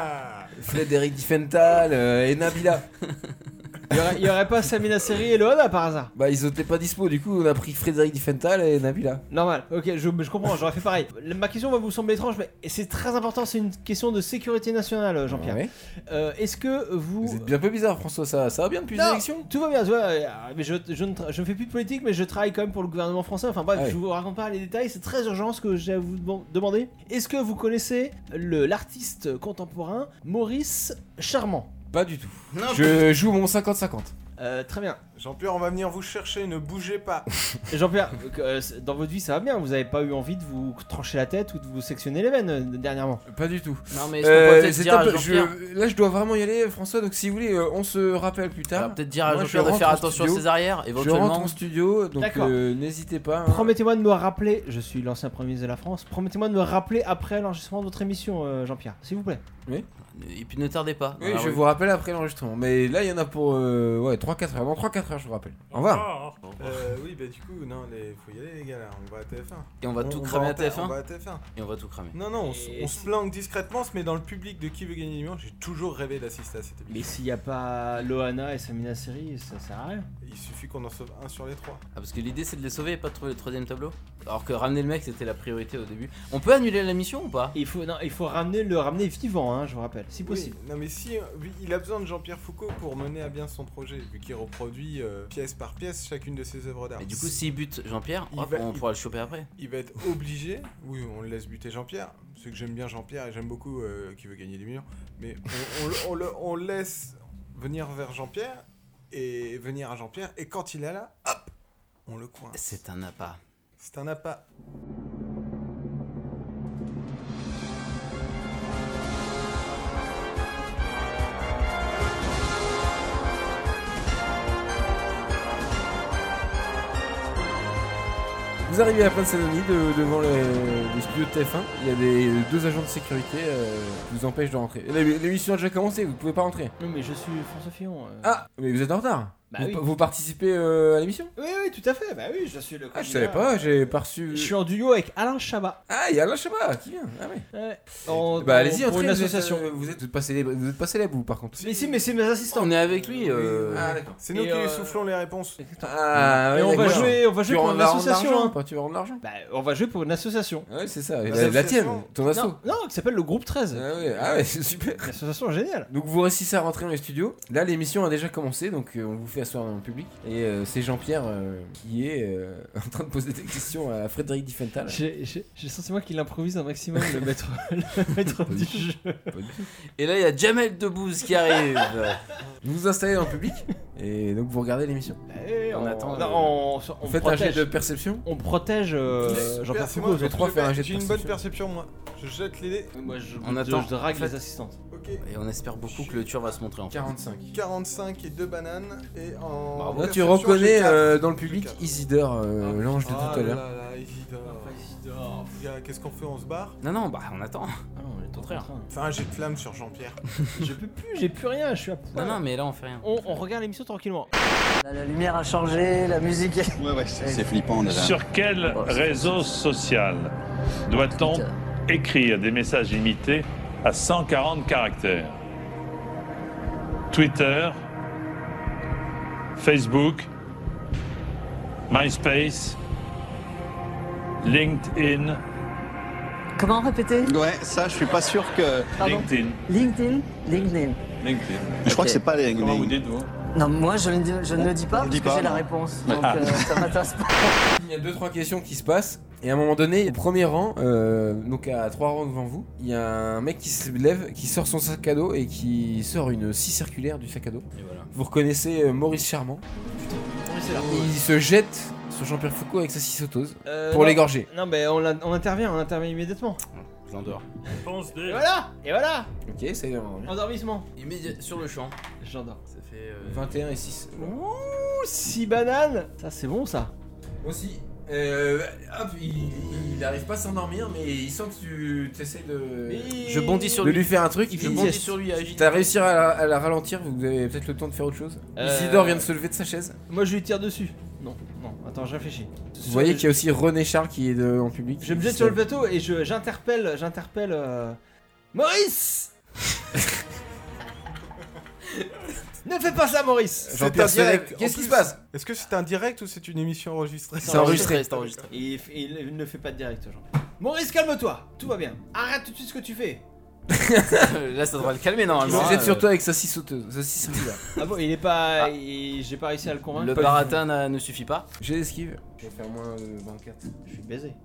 Frédéric Diffenthal euh, et Nabila. Il y aurait, il y aurait pas Samina Seri et Loana par hasard? Bah, ils étaient pas dispo, du coup, on a pris Frédéric Diffenthal et Nabila. Normal, ok, je, je comprends, j'aurais fait pareil. Ma question va vous sembler étrange, mais c'est très important, c'est une question de sécurité nationale, Jean-Pierre. Ouais. Euh, Est-ce que vous... Vous êtes bien un peu bizarre, François, ça, ça va bien depuis Non, l'élection? tout va bien, tu vois, euh, mais je, je, ne tra- je ne fais plus de politique, mais je travaille quand même pour le gouvernement français. Enfin bref, Ah oui. je vous raconte pas les détails, c'est très urgent ce que j'ai à vous dem- demander. Est-ce que vous connaissez le- l'artiste contemporain Maurice Charmant? Pas du tout. Je joue mon cinquante cinquante. Euh, très bien. Jean-Pierre, on va venir vous chercher, ne bougez pas. Jean-Pierre, euh, dans votre vie ça va bien, vous avez pas eu envie de vous trancher la tête ou de vous sectionner les veines euh, dernièrement? Pas du tout. Non, mais est-ce qu'on Euh, peut peut-être c'est dire un à peu- Jean-Pierre. je- Là, je dois vraiment y aller, François, donc si vous voulez, euh, on se rappelle plus tard. Alors, peut-être dire à Moi, je Jean-Pierre de rentre faire en attention à studio. ses arrières, Je rentre éventuellement. en studio, donc D'accord. euh, n'hésitez pas. hein. Promettez-moi de me rappeler, je suis l'ancien premier ministre de la France, promettez-moi de me rappeler après l'enregistrement de votre émission, euh, Jean-Pierre, s'il vous plaît. Et puis ne tardez pas. Oui, dans la je rue. vous rappelle après l'enregistrement. Mais là, il y en a pour euh, ouais, trois quatre heures. Dans trois quatre heures, je vous rappelle. Au revoir. Euh, oui, bah du coup, non, les... faut y aller, les gars, là. On va à T F un. Et on va tout on cramer en à T F un. On va à T F un. Et on va tout cramer. Non, non, on, s- Et on si- se planque discrètement, on se met dans le public de Qui veut gagner des millions. J'ai toujours rêvé d'assister à cette émission. Mais s'il n'y a pas Loana et Samina Seri, ça sert à rien. Il suffit qu'on en sauve un sur les trois. Ah, parce que l'idée c'est de les sauver et pas de trouver le troisième tableau. Alors que ramener le mec c'était la priorité au début. On peut annuler la mission ou pas? Il faut, non, il faut ramener le ramener vivant, hein, je vous rappelle, si possible. Oui, non, mais si, euh, oui, il a besoin de Jean-Pierre Foucault pour mener à bien son projet, vu qu'il reproduit euh, pièce par pièce chacune de ses œuvres d'art. Et du coup, s'il bute Jean-Pierre, Il hop, va- on il- pourra le choper après. Il va être obligé, oui, on le laisse buter Jean-Pierre, c'est que j'aime bien Jean-Pierre et j'aime beaucoup euh, Qui veut gagner des millions, mais on, on le- on le, on le laisse venir vers Jean-Pierre et venir à Jean-Pierre, et quand il est là, hop, on le coince. C'est un appât. C'est un appât. Vous arrivez à la place Saint-Denis de- devant les, les studios de T F un. Il y a des deux agents de sécurité euh, qui vous empêchent de rentrer. L'é- L'émission a déjà commencé, vous pouvez pas rentrer. Non, mais je suis François Fillon. euh. Ah, mais vous êtes en retard. Bah vous, oui. vous participez euh, à l'émission? Oui, oui, tout à fait. Bah oui, je suis le. Ah, je savais pas, j'ai pas reçu. Je suis en duo avec Alain Chabat. Ah, il y a Alain Chabat qui vient. Ah ouais. Ouais. En- Bah en- allez-y, pour entrez, une vous êtes, association. euh, Vous êtes, vous êtes pas célèbre, vous êtes pas célèbre vous par contre. Mais si, mais c'est mes assistants. On est avec lui. euh, Ah d'accord. C'est nous Et, qui euh, lui soufflons les réponses. Ah, Et ouais, on va d'accord. jouer, on va jouer Tu pour vas une rendre association. l'argent, hein. pas, tu vas rendre l'argent. Bah, on va jouer pour une association. Ouais, c'est ça. La, L'association. la tienne, ton asso. Non, non, qui s'appelle le groupe treize. Ah ouais, ah ouais, c'est super. Une association géniale. Donc vous réussissez à rentrer dans les studios. Là l'émission a déjà commencé, donc euh, on vous fait asseoir dans le public. Et euh, c'est Jean-Pierre euh, qui est euh, en train de poser des questions à Frédéric Diffenthal. J'ai j'ai- j'ai le sentiment qu'il improvise un maximum le maître, le maître du jeu. Et là, il y a Jamel Debbouze qui arrive. Vous vous installez dans le public et donc vous regardez l'émission. Et On attend, non, euh, on, on Vous faites un jet protège, de perception. on protège euh, Super, Jean-Pierre c'est Foucault. moi, les trois je faire un vais- jet de J'ai une bonne perception. perception, moi. Je jette les dés. Moi, je, On je- attend. je drague En fait- les assistantes. Ok. Et on espère beaucoup que le tueur va se montrer en fait. quarante-cinq. quarante-cinq et deux bananes. Et en. Bravo. Là tu perception, j'ai reconnais quatre. euh, dans le J'ai public quatre. Isidore, euh, l'ange de Ah tout à là l'heure. là là, Isidore. Gars, Qu'est-ce qu'on fait? On se barre? Non, non, bah on attend. Ah non, on est en Contraire. train. Fais un jet de flamme sur Jean-Pierre. Je peux plus, j'ai plus rien, je suis à poil. Non, non, mais là on fait rien. On, on regarde l'émission tranquillement. La lumière a changé, la musique. Ouais, ouais, c'est flippant déjà. Sur quel réseau social doit-on écrire des messages limités à cent quarante caractères? Twitter, Facebook, MySpace, LinkedIn. Comment répéter? Ouais, ça, je suis pas sûr que. Pardon. LinkedIn. LinkedIn? LinkedIn. LinkedIn. Je crois que c'est pas les. Comment les- vous dites vous? Non, moi je, ne dis- je ne le dis pas On parce le dit que pas, j'ai la non. réponse. Donc Ah. euh, ça m'intéresse pas. Il y a deux trois questions qui se passent et à un moment donné, au premier rang, euh, donc à trois rangs devant vous, il y a un mec qui se lève, qui sort son sac à dos et qui sort une scie circulaire du sac à dos. Et voilà. Vous reconnaissez euh, Maurice Charmant. Il se jette sur Jean-Pierre Foucault avec sa scie sauteuse Euh, pour non. l'égorger. Non, mais on, la- on intervient, on intervient immédiatement. Je l'endors. Et voilà, et voilà. Ok, c'est Endormissement. Immédiat sur le champ. J'endors. Ça fait. euh, vingt et un et six. Ouh, six bananes. Ça, c'est bon ça. Moi aussi. Euh, hop, il, il arrive pas à s'endormir, mais il sent que tu essaies de, Je bondis sur de lui. lui faire un truc. Je Il- bondis sur lui à agiter. T'as réussi à la, à la ralentir, vous avez peut-être le temps de faire autre chose. Euh, Isidore vient de se lever de sa chaise. Moi, je lui tire dessus. Non, non. Attends, je réfléchis. Vous voyez qu'il y a aussi René Charles qui est de- en public. Je me jette sur le bateau et je j'interpelle, j'interpelle euh... Maurice. Ne fais pas ça, Maurice. C'est Jean-Pierre un direct. Selec. Qu'est-ce En qui se plus, passe? Est-ce que c'est un direct ou c'est une émission enregistrée? C'est enregistré. C'est enregistré. Il, il- il ne fait pas de direct, Jean. Maurice, calme-toi. Tout va bien. Arrête tout de suite ce que tu fais. Là, ça devrait le calmer Il normalement. se jette hein, sur euh, toi avec sa scie sauteuse, sa scie circulaire. Ah bon, il est pas, Ah. il- j'ai pas réussi à le convaincre. Le Pas du baratin n'a- ne suffit pas. J'ai l'esquive. Je vais faire moins de vingt-quatre. tout. Je suis baisé.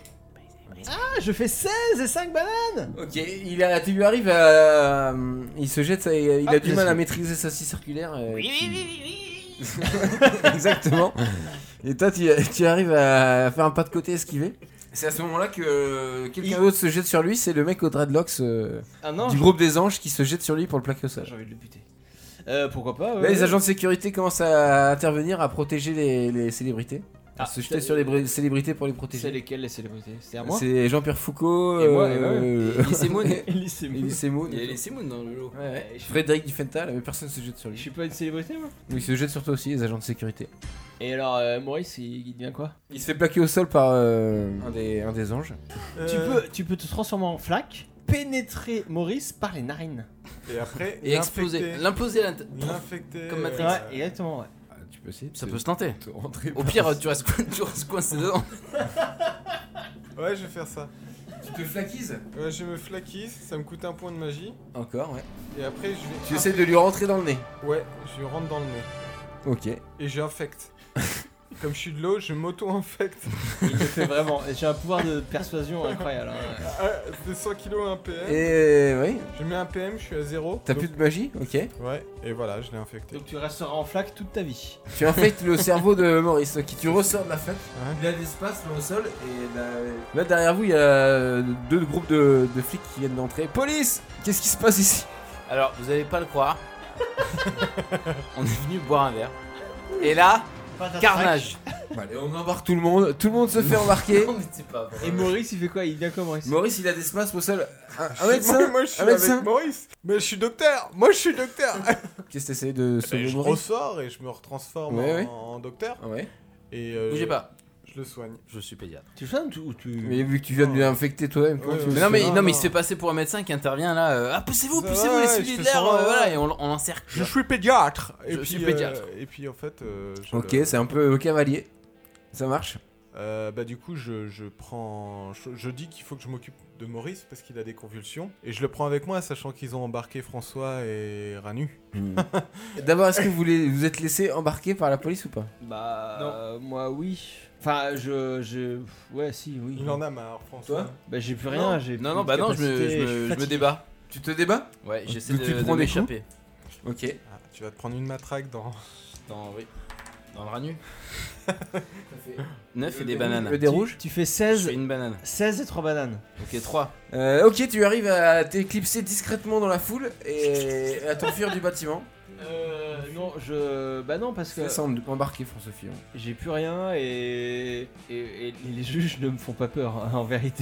Ah, je fais seize et cinq bananes. Ok, il a, tu lui arrives à. Il se jette, il Ah, a du bien mal sûr. à maîtriser sa scie circulaire. euh, Oui, qui- oui, oui, oui, oui. Exactement. Et toi, tu, tu arrives à faire un pas de côté, esquiver. C'est à ce moment-là que euh, quelqu'un Il- d'autre se jette sur lui, c'est le mec au dreadlocks euh, Ah non. du je- groupe des anges qui se jette sur lui pour le plaquer au sol. J'ai envie de le buter. Euh, pourquoi pas. Là, ouais. les agents de sécurité commencent à intervenir, à protéger les, les célébrités. À Ah, se jeter c'est- sur les bri- célébrités pour les C'est protéger. lesquelles les célébrités? C'est à moi. C'est Jean-Pierre Foucault, Et moi, et euh, Et Elise Moon. Elise Semoun. Elise Semoun. Il y a Elise Moon dans le lot. Ouais, ouais. Je suis- Frédéric Diffenthal, mais personne se jette sur Je lui. suis pas une célébrité, moi. Il se jette sur toi aussi, les agents de sécurité. Et alors, euh, Maurice, il, il devient quoi? Il se fait plaquer au sol par euh, un, des, un des anges. Tu Euh, peux, tu peux te transformer en flaque, pénétrer Maurice par les narines. Et après, Et exploser. l'infecter. L'imploser à l'int- L'infecter. Comme Matrix. euh, Ouais, exactement, ouais. Ah, tu peux essayer. de Ça te- peut se tenter. te rentrer Au par- pire, tu restes, co- tu restes coincé dedans. Ouais, je vais faire ça. Tu te flaquises. Ouais, je me flaquise, ça me coûte un point de magie. Encore, ouais. Et après, je vais. Tu essaies de lui rentrer dans le nez. Ouais, je lui rentre dans le nez. Ok. Et j'infecte. Comme je suis de l'eau, je m'auto-infecte. Il le fait vraiment. J'ai un pouvoir de persuasion incroyable. hein. Ah, c'est cent kilos un P M. Et oui. Je mets un P M, je suis à zéro. T'as Donc- plus de magie. Ok. Ouais, et voilà, je l'ai infecté. Donc tu resteras en flaque toute ta vie. Tu infectes le cerveau de Maurice, qui tu ressors de la fête. Ouais. Il a de l'espace là au sol et là, là, derrière vous il y a deux groupes de, de flics qui viennent d'entrer. Police! Qu'est-ce qui se passe ici? Alors, vous allez pas le croire. On est venu boire un verre. Et là, carnage. Bah, allez, on embarque tout le monde, tout le monde se fait embarquer. Non, mais c'est pas vrai. Et Maurice, il fait quoi? Il vient comme Maurice? Maurice, il a des spasmes au sol. Un, Je un médecin moi, moi, je suis Un médecin avec Maurice. Mais je suis docteur. Moi, je suis docteur. Qu'est-ce que t'essayes de Et sauver je Maurice? ressors et je me retransforme Ouais, en, ouais. en docteur. Ouais. Et euh, Bougez pas. Je le soigne. Je suis pédiatre. Tu soignes ou tu. Mais vu que tu viens de l'infecter toi-même, comment Ouais, tu ouais. veux Mais non, mais, non, non, mais non. il se fait passer pour un médecin qui intervient là. euh, ah, poussez-vous, Ça poussez-vous, va, les ouais, cellules je de fais l'air, ça, euh, ouais. voilà, et on, on l'encercle. Je suis pédiatre. Et Je puis, suis pédiatre. euh, et puis en fait. euh, je Ok, le- c'est un peu cavalier. Ça marche. Euh, bah du coup je, je prends je, je dis qu'il faut que je m'occupe de Maurice parce qu'il a des convulsions et je le prends avec moi sachant qu'ils ont embarqué François et Ranu. D'abord, est-ce que vous, les, vous êtes laissé embarquer par la police ou pas? Bah. euh, moi, oui. Enfin, je. je... Ouais, si, oui. Il en a marre François. Toi Bah, j'ai plus rien. Non, j'ai non, plus non, de bah non, je me, capacité, je suis me, je me fatigué. débat. Tu te débats? Ouais, j'essaie Donc de, tu te de prends des coups m'échapper. Ok. Ah, tu vas te prendre une matraque dans. Dans, oui. Dans le ranu. neuf et des bananes. Des Tu- rouges? Tu fais Je seize. fais une banane. seize et trois bananes. Ok, trois. Euh, ok, tu arrives à t'éclipser discrètement dans la foule et à t'enfuir du bâtiment. Euh. Non, je. Bah, non, parce que. Fais ça em- embarquer, François Fillon. J'ai plus rien et... et. et les juges ne me font pas peur, hein, en vérité.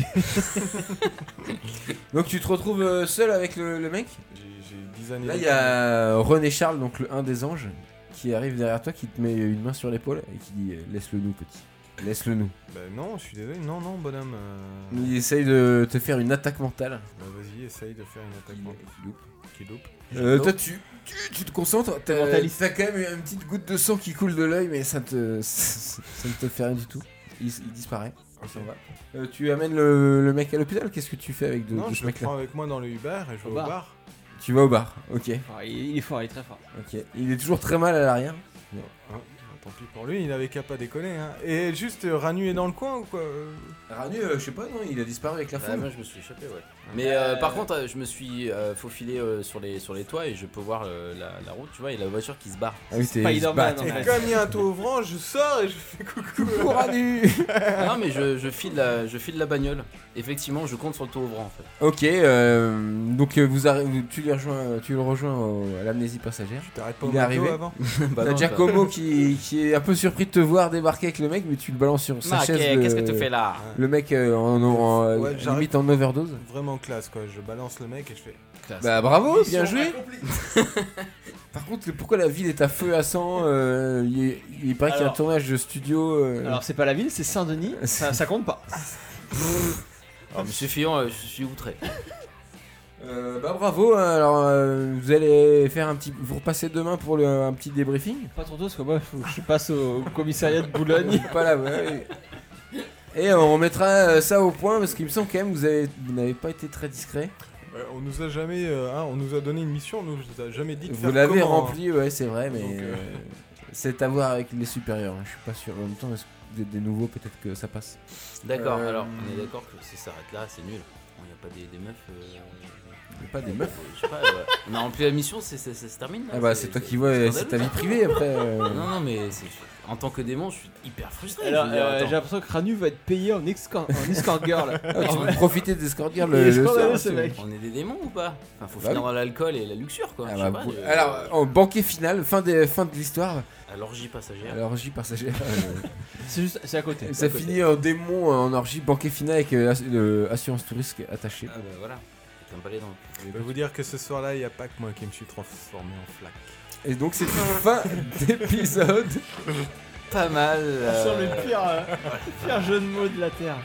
Donc tu te retrouves euh, seul avec le, le mec. J'ai j'ai dix années. Là, il y a René Charles, donc le un des anges, qui arrive derrière toi, qui te met une main sur l'épaule et qui dit euh, laisse-le nous, petit. Laisse-le nous. Bah non, je suis désolé. Non, non, bonhomme. euh, Il essaye de te faire une attaque mentale. Bah vas-y, essaye de faire une attaque. Il- mentale. il loupe. Qui loupe. Euh, toi, tu, tu, tu te concentres, t'as Mentaliste. t'as quand même une petite goutte de sang qui coule de l'œil, mais ça, te, ça, ça ne te fait rien du tout. Il, il disparaît, il s'en va. Euh, tu amènes le, le mec à l'hôpital, qu'est-ce que tu fais avec de, Non, de je ce le mec-là? prends avec moi dans le Uber et je Au vais au bar. bar. Tu vas au bar, ok. Ah, il, il est fort, il est très fort. Ok. Il est toujours très mal à l'arrière. Hein, tant pis pour lui, il avait qu'à pas déconner. Hein. Et juste, euh, Ranu est dans le coin ou quoi euh Ranu, euh, je sais pas, non, il a disparu avec la Bah, foule. moi je me suis échappé, ouais. Mais euh, par contre, euh, je me suis euh, faufilé euh, sur, les, sur les toits et je peux voir euh, la, la route, tu vois, et la voiture qui se barre. Ah oui, t'es Spider-Man, en Et fait. comme il y a un taux ouvrant, je sors et je fais coucou. Coucou Ranu. Ah non, mais je, je, file la, je file la bagnole. Effectivement, je compte sur le taux ouvrant en fait. Ok, euh, donc euh, vous arri- tu, les rejoins, tu le rejoins au- à l'amnésie passagère. Tu t'arrêtes pas au Il est McDo arrivé. avant Bah T'as non, Giacomo qui, qui est un peu surpris de te voir débarquer avec le mec, mais tu le balances sur sa Ah, chaise. qu'est- le- qu'est-ce que tu fais là? Le mec euh, en, en, en- Ouais, j'arrive. limite en overdose. Vraiment classe quoi, je balance le mec et je fais. Classe. Bah bravo, bien Mission joué. Par contre, pourquoi la ville est à feu à sang euh, il, il paraît qu'il y a un Alors- tournage de studio. euh, Alors, c'est pas la ville, c'est Saint-Denis. ça, ça compte pas. Alors, monsieur Fillon, euh, je suis outré. euh, bah bravo. Alors euh, vous allez faire un petit, vous repassez demain pour le, un petit débriefing. Pas trop tôt, parce que moi, faut que je passe au commissariat de Boulogne. Pas là, ouais. Et on mettra euh, ça au point parce qu'il me semble quand même que vous avez, vous n'avez pas été très discret. Ouais, on nous a jamais, euh, hein, on nous a donné une mission, on nous a jamais dit de Vous faire l'avez comment, hein. rempli, ouais, c'est vrai, mais Donc, euh, euh, c'est à voir avec les supérieurs. hein, Je suis pas sûr. En même temps, est-ce que vous êtes des nouveaux, peut-être que ça passe. D'accord, Euh, alors on est d'accord que si ça s'arrête là, c'est nul. Il n'y a pas des, des meufs. euh, Il y a pas des meufs. Je sais pas, euh, on a rempli la mission, c'est, c'est- ça se termine là. Ah bah c'est toi qui vois, scandaleux, c'est ta vie ça. privée après. euh. Non, non, mais c'est- en tant que démon, je suis hyper frustré. Alors, je veux dire, euh, attends. j'ai l'impression que Ranu va être payé en escort, en escort girl. Ah, tu veux profiter des escort girls Il est le, le scandaleux, soir, ce tu- mec. On est des démons ou pas? Enfin, faut Bah finir oui. dans l'alcool et la luxure quoi. Ah je bah, sais pas, vous- je- Alors, en banquet final, fin, des, fin de l'histoire. à l'orgie passagère. À l'orgie passagère. euh, C'est juste, c'est à côté. ça finit en démon en orgie banquet final avec euh, ass- le assurance touriste attaché. Ah bah voilà, avec un balai dans le. Je peux vous dire que ce soir-là, il n'y a pas que moi qui me suis transformé en flaque. Et donc c'est une fin d'épisode. Pas mal. Ça semble euh, le pire, euh, le pire jeu de mots de la Terre.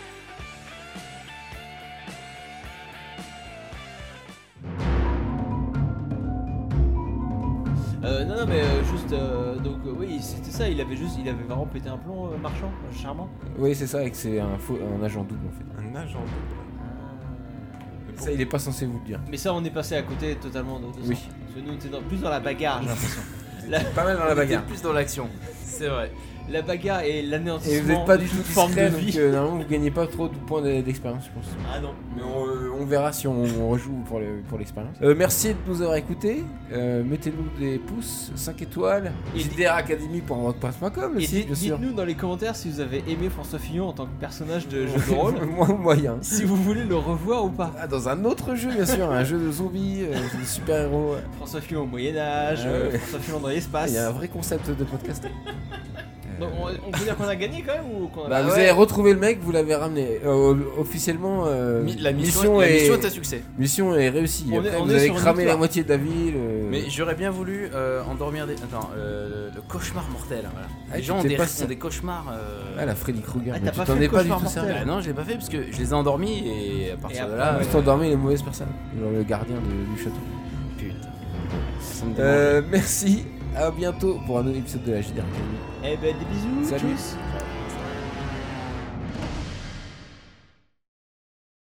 Euh, non, non, mais euh, juste, euh, donc euh, oui, c'était ça, il avait juste, il avait vraiment pété un plomb euh, marchand, euh, charmant. Oui, c'est ça, et que c'est un, faux, un agent double en fait. Un agent double. Ça, il est pas censé vous le dire. Mais ça, on est passé à côté totalement de, de Oui. ça. Parce que nous, on était dans- plus dans la bagarre, j'ai l'impression. La, Pas mal dans la bagarre. Plus dans l'action, c'est vrai. la bagarre et l'anéantissement. Et vous n'êtes pas de du tout toute forme discret, de donc vie. euh, normalement vous gagnez pas trop de points d'e- d'expérience, je pense. Ah non. Mais on, euh, on verra si on, on rejoue pour le- pour l'expérience. Euh, merci de nous avoir écoutés. Euh, Mettez-nous des pouces, cinq étoiles. Et J D R academy point wordpress point com Et aussi, dites- bien sûr. dites-nous dans les commentaires si vous avez aimé François Fillon en tant que personnage de jeu de rôle. Moi, moyen. Si vous voulez le revoir ou pas. Ah, dans un autre jeu, bien sûr, un jeu de zombies, euh, de super-héros. François Fillon au Moyen-Âge, Ah euh, ouais. François Fillon dans Il l'espace. y a un vrai concept de podcast. Euh, Donc on, on peut dire qu'on a gagné quand même ou qu'on a Bah, Bah vous ouais. avez retrouvé le mec, vous l'avez ramené. Euh, officiellement, euh, Mi- la mission, la est, mission est un succès. mission est réussie. On Après, est- on vous est avez sur une cramé la victoire. moitié de la ville. euh, Mais j'aurais bien voulu euh, endormir des. Attends, euh, le cauchemar mortel. Voilà. Ah, les tu gens ont t'es des, pas ont ça. des cauchemars. euh, Ah, la Freddy Krueger. Ah, mais t'as tu pas t'en fait es le pas du cauchemar tout mortel. sérieux. Bah non, je l'ai pas fait parce que je les ai endormis et à partir Et de après, là. Juste endormi les mauvaises personnes. Genre le gardien de- du château. Putain. Ça me démange. Euh, merci. À bientôt pour un nouvel épisode de la G D R Academy. Eh ben des bisous. Salut. tchuss.